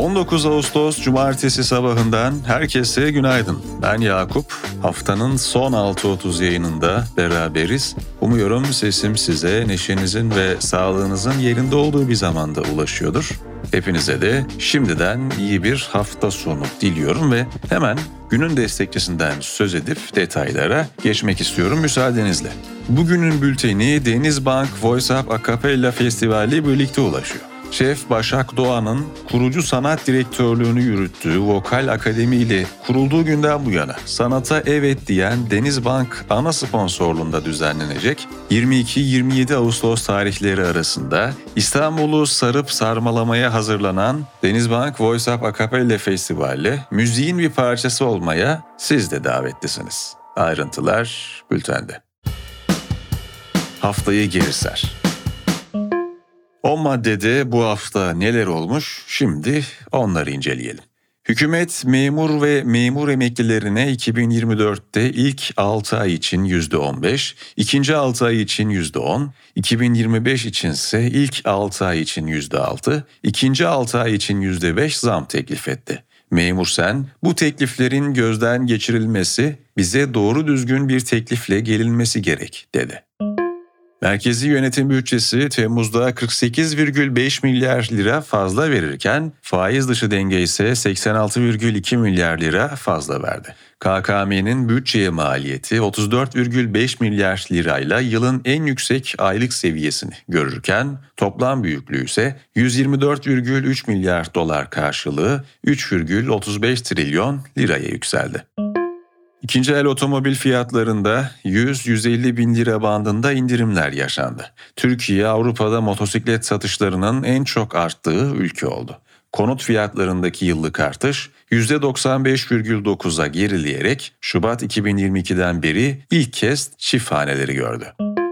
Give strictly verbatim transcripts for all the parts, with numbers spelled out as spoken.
on dokuz Ağustos Cumartesi sabahından herkese günaydın. Ben Yakup. Haftanın son altı otuz yayınında beraberiz. Umuyorum sesim size neşenizin ve sağlığınızın yerinde olduğu bir zamanda ulaşıyordur. Hepinize de şimdiden iyi bir hafta sonu diliyorum ve hemen günün destekçisinden söz edip detaylara geçmek istiyorum müsaadenizle. Bugünün bülteni Denizbank Voice Up Acapella Festivali birlikte ulaşıyor. Şef Başak Doğan'ın kurucu sanat direktörlüğünü yürüttüğü Vokal Akademi ile kurulduğu günden bu yana sanata evet diyen Denizbank ana sponsorluğunda düzenlenecek yirmi iki yirmi yedi Ağustos tarihleri arasında İstanbul'u sarıp sarmalamaya hazırlanan Denizbank Voice Up Acapella Festivali müziğin bir parçası olmaya siz de davetlisiniz. Ayrıntılar bültende. Haftayı geri sar. on maddede bu hafta neler olmuş? Şimdi onları inceleyelim. Hükümet memur ve memur emeklilerine iki bin yirmi dörtte ilk altı ay için yüzde on beş, ikinci altı ay için yüzde on, iki bin yirmi beş içinse ilk altı ay için yüzde altı, ikinci altı ay için yüzde beş zam teklif etti. Memur sen, bu tekliflerin gözden geçirilmesi, bize doğru düzgün bir teklifle gelinmesi gerek, dedi. Merkezi yönetim bütçesi Temmuz'da kırk sekiz virgül beş milyar lira fazla verirken faiz dışı denge ise seksen altı virgül iki milyar lira fazla verdi. K K M'nin bütçeye maliyeti otuz dört virgül beş milyar lirayla yılın en yüksek aylık seviyesini görürken toplam büyüklüğü ise yüz yirmi dört virgül üç milyar dolar karşılığı üç virgül otuz beş trilyon liraya yükseldi. İkinci el otomobil fiyatlarında yüz yüz elli bin lira bandında indirimler yaşandı. Türkiye, Avrupa'da motosiklet satışlarının en çok arttığı ülke oldu. Konut fiyatlarındaki yıllık artış yüzde doksan beş virgül dokuza gerileyerek Şubat iki bin yirmi ikiden beri ilk kez çift haneleri gördü.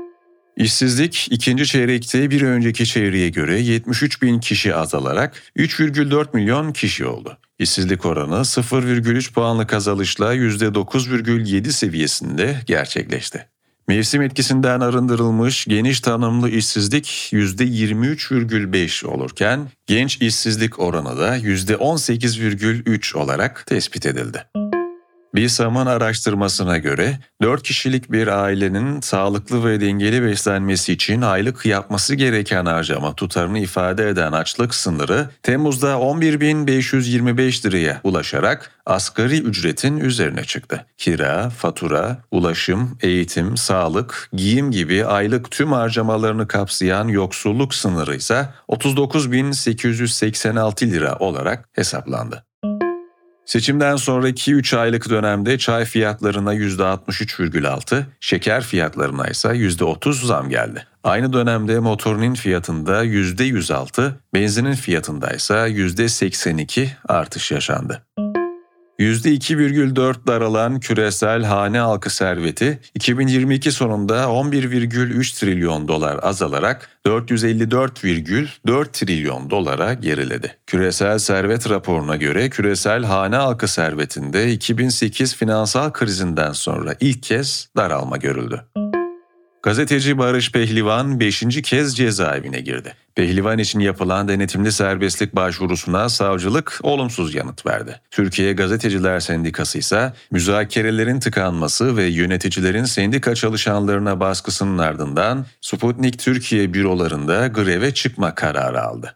İşsizlik ikinci çeyrekte bir önceki çeyreğe göre yetmiş üç bin kişi azalarak üç virgül dört milyon kişi oldu. İşsizlik oranı sıfır virgül üç puanlık azalışla yüzde dokuz virgül yedi seviyesinde gerçekleşti. Mevsim etkisinden arındırılmış geniş tanımlı işsizlik yüzde yirmi üç virgül beş olurken genç işsizlik oranı da yüzde on sekiz virgül üç olarak tespit edildi. BİSAM'ın araştırmasına göre dört kişilik bir ailenin sağlıklı ve dengeli beslenmesi için aylık yapması gereken harcama tutarını ifade eden açlık sınırı Temmuz'da on bir bin beş yüz yirmi beş liraya ulaşarak asgari ücretin üzerine çıktı. Kira, fatura, ulaşım, eğitim, sağlık, giyim gibi aylık tüm harcamalarını kapsayan yoksulluk sınırı ise otuz dokuz bin sekiz yüz seksen altı lira olarak hesaplandı. Seçimden sonraki üç aylık dönemde çay fiyatlarına yüzde altmış üç virgül altı, şeker fiyatlarına ise yüzde otuz zam geldi. Aynı dönemde motorinin fiyatında yüzde yüz altı, benzinin fiyatında ise yüzde seksen iki artış yaşandı. yüzde iki virgül dört daralan küresel hane halkı serveti iki bin yirmi iki sonunda on bir virgül üç trilyon dolar azalarak dört yüz elli dört virgül dört trilyon dolara geriledi. Küresel servet raporuna göre küresel hane halkı servetinde iki bin sekiz finansal krizinden sonra ilk kez daralma görüldü. Gazeteci Barış Pehlivan beşinci kez cezaevine girdi. Pehlivan için yapılan denetimli serbestlik başvurusuna savcılık olumsuz yanıt verdi. Türkiye Gazeteciler Sendikası ise müzakerelerin tıkanması ve yöneticilerin sendika çalışanlarına baskısının ardından Sputnik Türkiye bürolarında greve çıkma kararı aldı.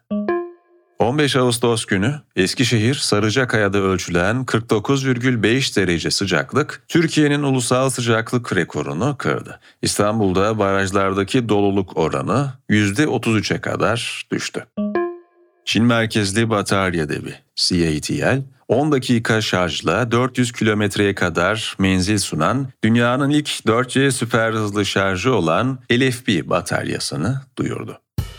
on beş Ağustos günü Eskişehir Sarıcakaya'da ölçülen kırk dokuz virgül beş derece sıcaklık Türkiye'nin ulusal sıcaklık rekorunu kırdı. İstanbul'da barajlardaki doluluk oranı yüzde otuz üçe kadar düştü. Çin merkezli batarya devi C A T L, on dakika şarjla dört yüz kilometreye kadar menzil sunan dünyanın ilk dört C süper hızlı şarjı olan L F B bataryasını duyurdu.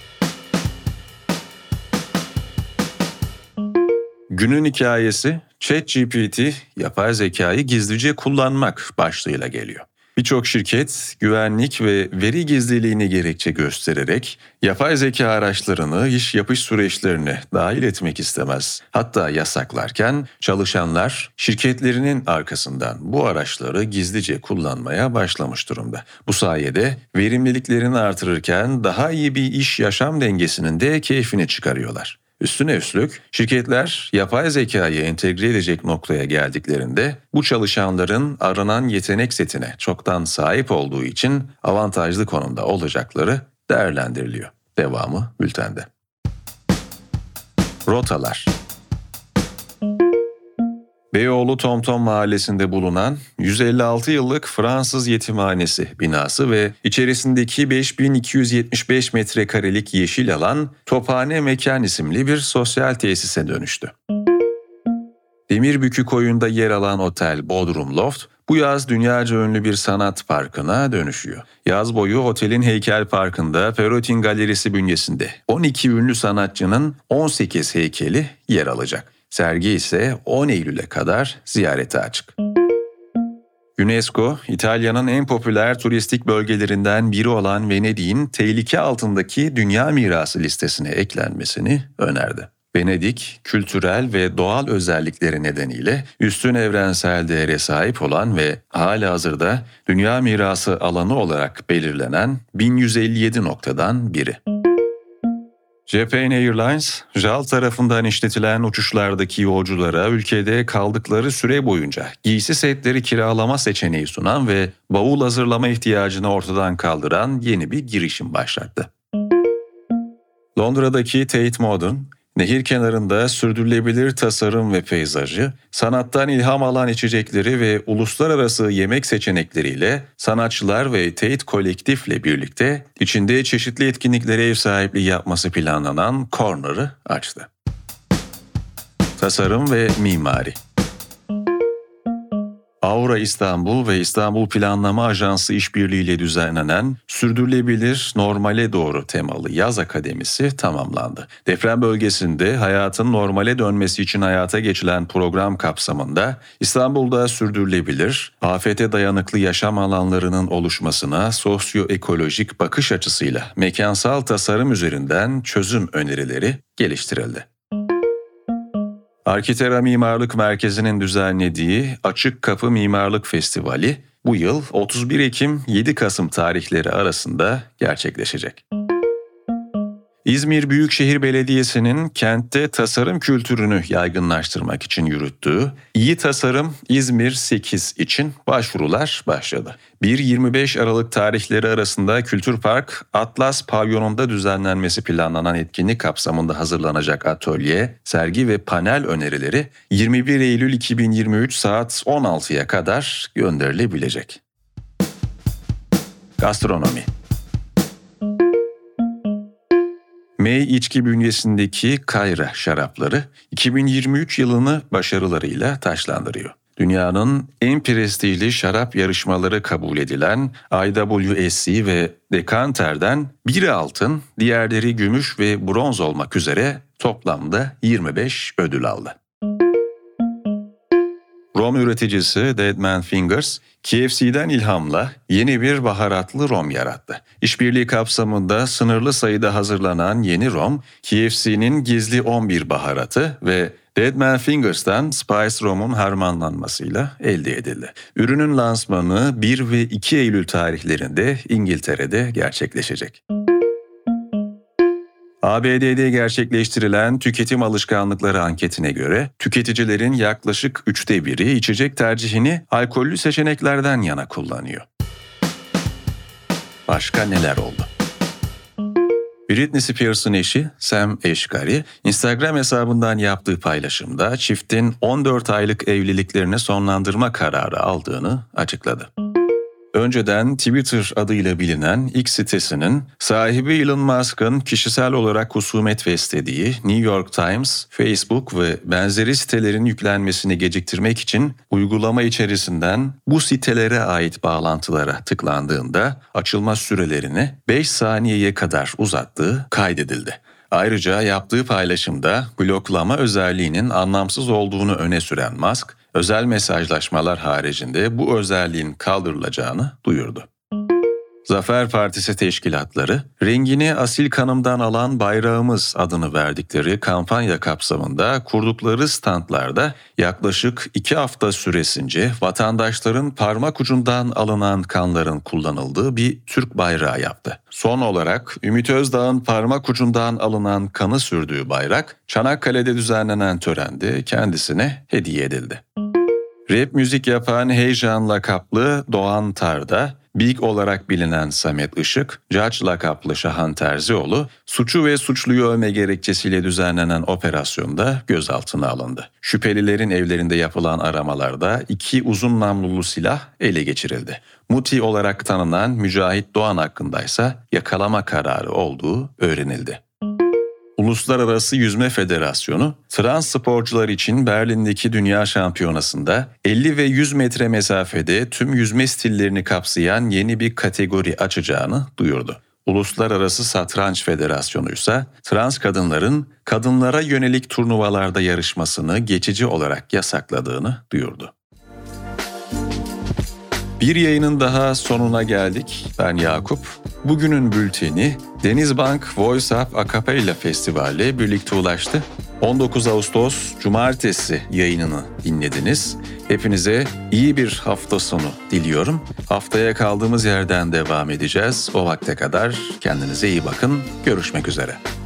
Günün hikayesi ChatGPT yapay zekayı gizlice kullanmak başlığıyla geliyor. Birçok şirket güvenlik ve veri gizliliğini gerekçe göstererek yapay zeka araçlarını iş yapış süreçlerine dahil etmek istemez. Hatta yasaklarken çalışanlar şirketlerinin arkasından bu araçları gizlice kullanmaya başlamış durumda. Bu sayede verimliliklerini artırırken daha iyi bir iş yaşam dengesinin de keyfini çıkarıyorlar. Üstüne üstlük şirketler yapay zekayı entegre edecek noktaya geldiklerinde bu çalışanların aranan yetenek setine çoktan sahip olduğu için avantajlı konumda olacakları değerlendiriliyor. Devamı bültende. Rotalar. Beyoğlu Tomtom Mahallesi'nde bulunan yüz elli altı yıllık Fransız yetimhanesi binası ve içerisindeki beş bin iki yüz yetmiş beş metrekarelik yeşil alan Tophane Mekan isimli bir sosyal tesise dönüştü. Demirbükü koyunda yer alan otel Bodrum Loft bu yaz dünyaca ünlü bir sanat parkına dönüşüyor. Yaz boyu otelin heykel parkında Perotin Galerisi bünyesinde on iki ünlü sanatçının on sekiz heykeli yer alacak. Sergi ise on Eylül'e kadar ziyarete açık. UNESCO, İtalya'nın en popüler turistik bölgelerinden biri olan Venedik'in tehlike altındaki dünya mirası listesine eklenmesini önerdi. Venedik, kültürel ve doğal özellikleri nedeniyle üstün evrensel değere sahip olan ve halihazırda dünya mirası alanı olarak belirlenen bin yüz elli yedi noktadan biri. Japan Airlines, J A L tarafından işletilen uçuşlardaki yolculara ülkede kaldıkları süre boyunca giysi setleri kiralama seçeneği sunan ve bavul hazırlama ihtiyacını ortadan kaldıran yeni bir girişim başlattı. Londra'daki Tate Modern, nehir kenarında sürdürülebilir tasarım ve peyzajı, sanattan ilham alan içecekleri ve uluslararası yemek seçenekleriyle sanatçılar ve Tate kolektifle birlikte içinde çeşitli etkinliklere ev sahipliği yapması planlanan Corner'ı açtı. Tasarım ve mimari. Aura İstanbul ve İstanbul Planlama Ajansı işbirliğiyle düzenlenen Sürdürülebilir Normale Doğru temalı yaz akademisi tamamlandı. Deprem bölgesinde hayatın normale dönmesi için hayata geçilen program kapsamında İstanbul'da sürdürülebilir, afete dayanıklı yaşam alanlarının oluşmasına sosyoekolojik bakış açısıyla mekansal tasarım üzerinden çözüm önerileri geliştirildi. Arkitera Mimarlık Merkezi'nin düzenlediği Açık Kapı Mimarlık Festivali bu yıl otuz bir Ekim yedi Kasım tarihleri arasında gerçekleşecek. İzmir Büyükşehir Belediyesi'nin kentte tasarım kültürünü yaygınlaştırmak için yürüttüğü İyi Tasarım İzmir sekiz için başvurular başladı. bir yirmi beş Aralık tarihleri arasında Kültür Park Atlas Pavyonunda düzenlenmesi planlanan etkinlik kapsamında hazırlanacak atölye, sergi ve panel önerileri yirmi bir Eylül iki bin yirmi üç saat on altıya kadar gönderilebilecek. Gastronomi. May içki bünyesindeki Kayra şarapları iki bin yirmi üç yılını başarılarıyla taçlandırıyor. Dünyanın en prestijli şarap yarışmaları kabul edilen I W S C ve Decanter'den biri altın, diğerleri gümüş ve bronz olmak üzere toplamda yirmi beş ödül aldı. Rom üreticisi Dead Man Fingers, K F C'den ilhamla yeni bir baharatlı rom yarattı. İşbirliği kapsamında sınırlı sayıda hazırlanan yeni rom, K F C'nin gizli on bir baharatı ve Dead Man Fingers'tan Spice Rom'un harmanlanmasıyla elde edildi. Ürünün lansmanı bir ve iki Eylül tarihlerinde İngiltere'de gerçekleşecek. A B D'de gerçekleştirilen tüketim alışkanlıkları anketine göre tüketicilerin yaklaşık üçte biri içecek tercihini alkollü seçeneklerden yana kullanıyor. Başka neler oldu? Britney Spears'ın eşi Sam Asghari, Instagram hesabından yaptığı paylaşımda çiftin on dört aylık evliliklerini sonlandırma kararı aldığını açıkladı. Önceden Twitter adıyla bilinen X sitesinin sahibi Elon Musk'ın kişisel olarak husumet beslediği New York Times, Facebook ve benzeri sitelerin yüklenmesini geciktirmek için uygulama içerisinden bu sitelere ait bağlantılara tıklandığında açılma sürelerini beş saniyeye kadar uzattığı kaydedildi. Ayrıca yaptığı paylaşımda bloklama özelliğinin anlamsız olduğunu öne süren Musk, özel mesajlaşmalar haricinde bu özelliğin kaldırılacağını duyurdu. Zafer Partisi teşkilatları, rengini asil kanımdan alan bayrağımız adını verdikleri kampanya kapsamında kurdukları standlarda yaklaşık iki hafta süresince vatandaşların parmak ucundan alınan kanların kullanıldığı bir Türk bayrağı yaptı. Son olarak Ümit Özdağ'ın parmak ucundan alınan kanı sürdüğü bayrak Çanakkale'de düzenlenen törende kendisine hediye edildi. Rap müzik yapan Heyecan lakaplı Doğan Tarda, Big olarak bilinen Samet Işık, Judge lakaplı Şahan Terzioğlu, suçu ve suçluyu övme gerekçesiyle düzenlenen operasyonda gözaltına alındı. Şüphelilerin evlerinde yapılan aramalarda iki uzun namlulu silah ele geçirildi. Muti olarak tanınan Mücahit Doğan hakkındaysa yakalama kararı olduğu öğrenildi. Uluslararası Yüzme Federasyonu, trans sporcular için Berlin'deki Dünya Şampiyonası'nda elli ve yüz metre mesafede tüm yüzme stillerini kapsayan yeni bir kategori açacağını duyurdu. Uluslararası Satranç Federasyonu ise trans kadınların kadınlara yönelik turnuvalarda yarışmasını geçici olarak yasakladığını duyurdu. Bir yayının daha sonuna geldik. Ben Yakup. Bugünün bülteni Denizbank Voice Up Acapella Festivali birlikte ulaştı. on dokuz Ağustos Cumartesi yayınını dinlediniz. Hepinize iyi bir hafta sonu diliyorum. Haftaya kaldığımız yerden devam edeceğiz. O vakte kadar kendinize iyi bakın. Görüşmek üzere.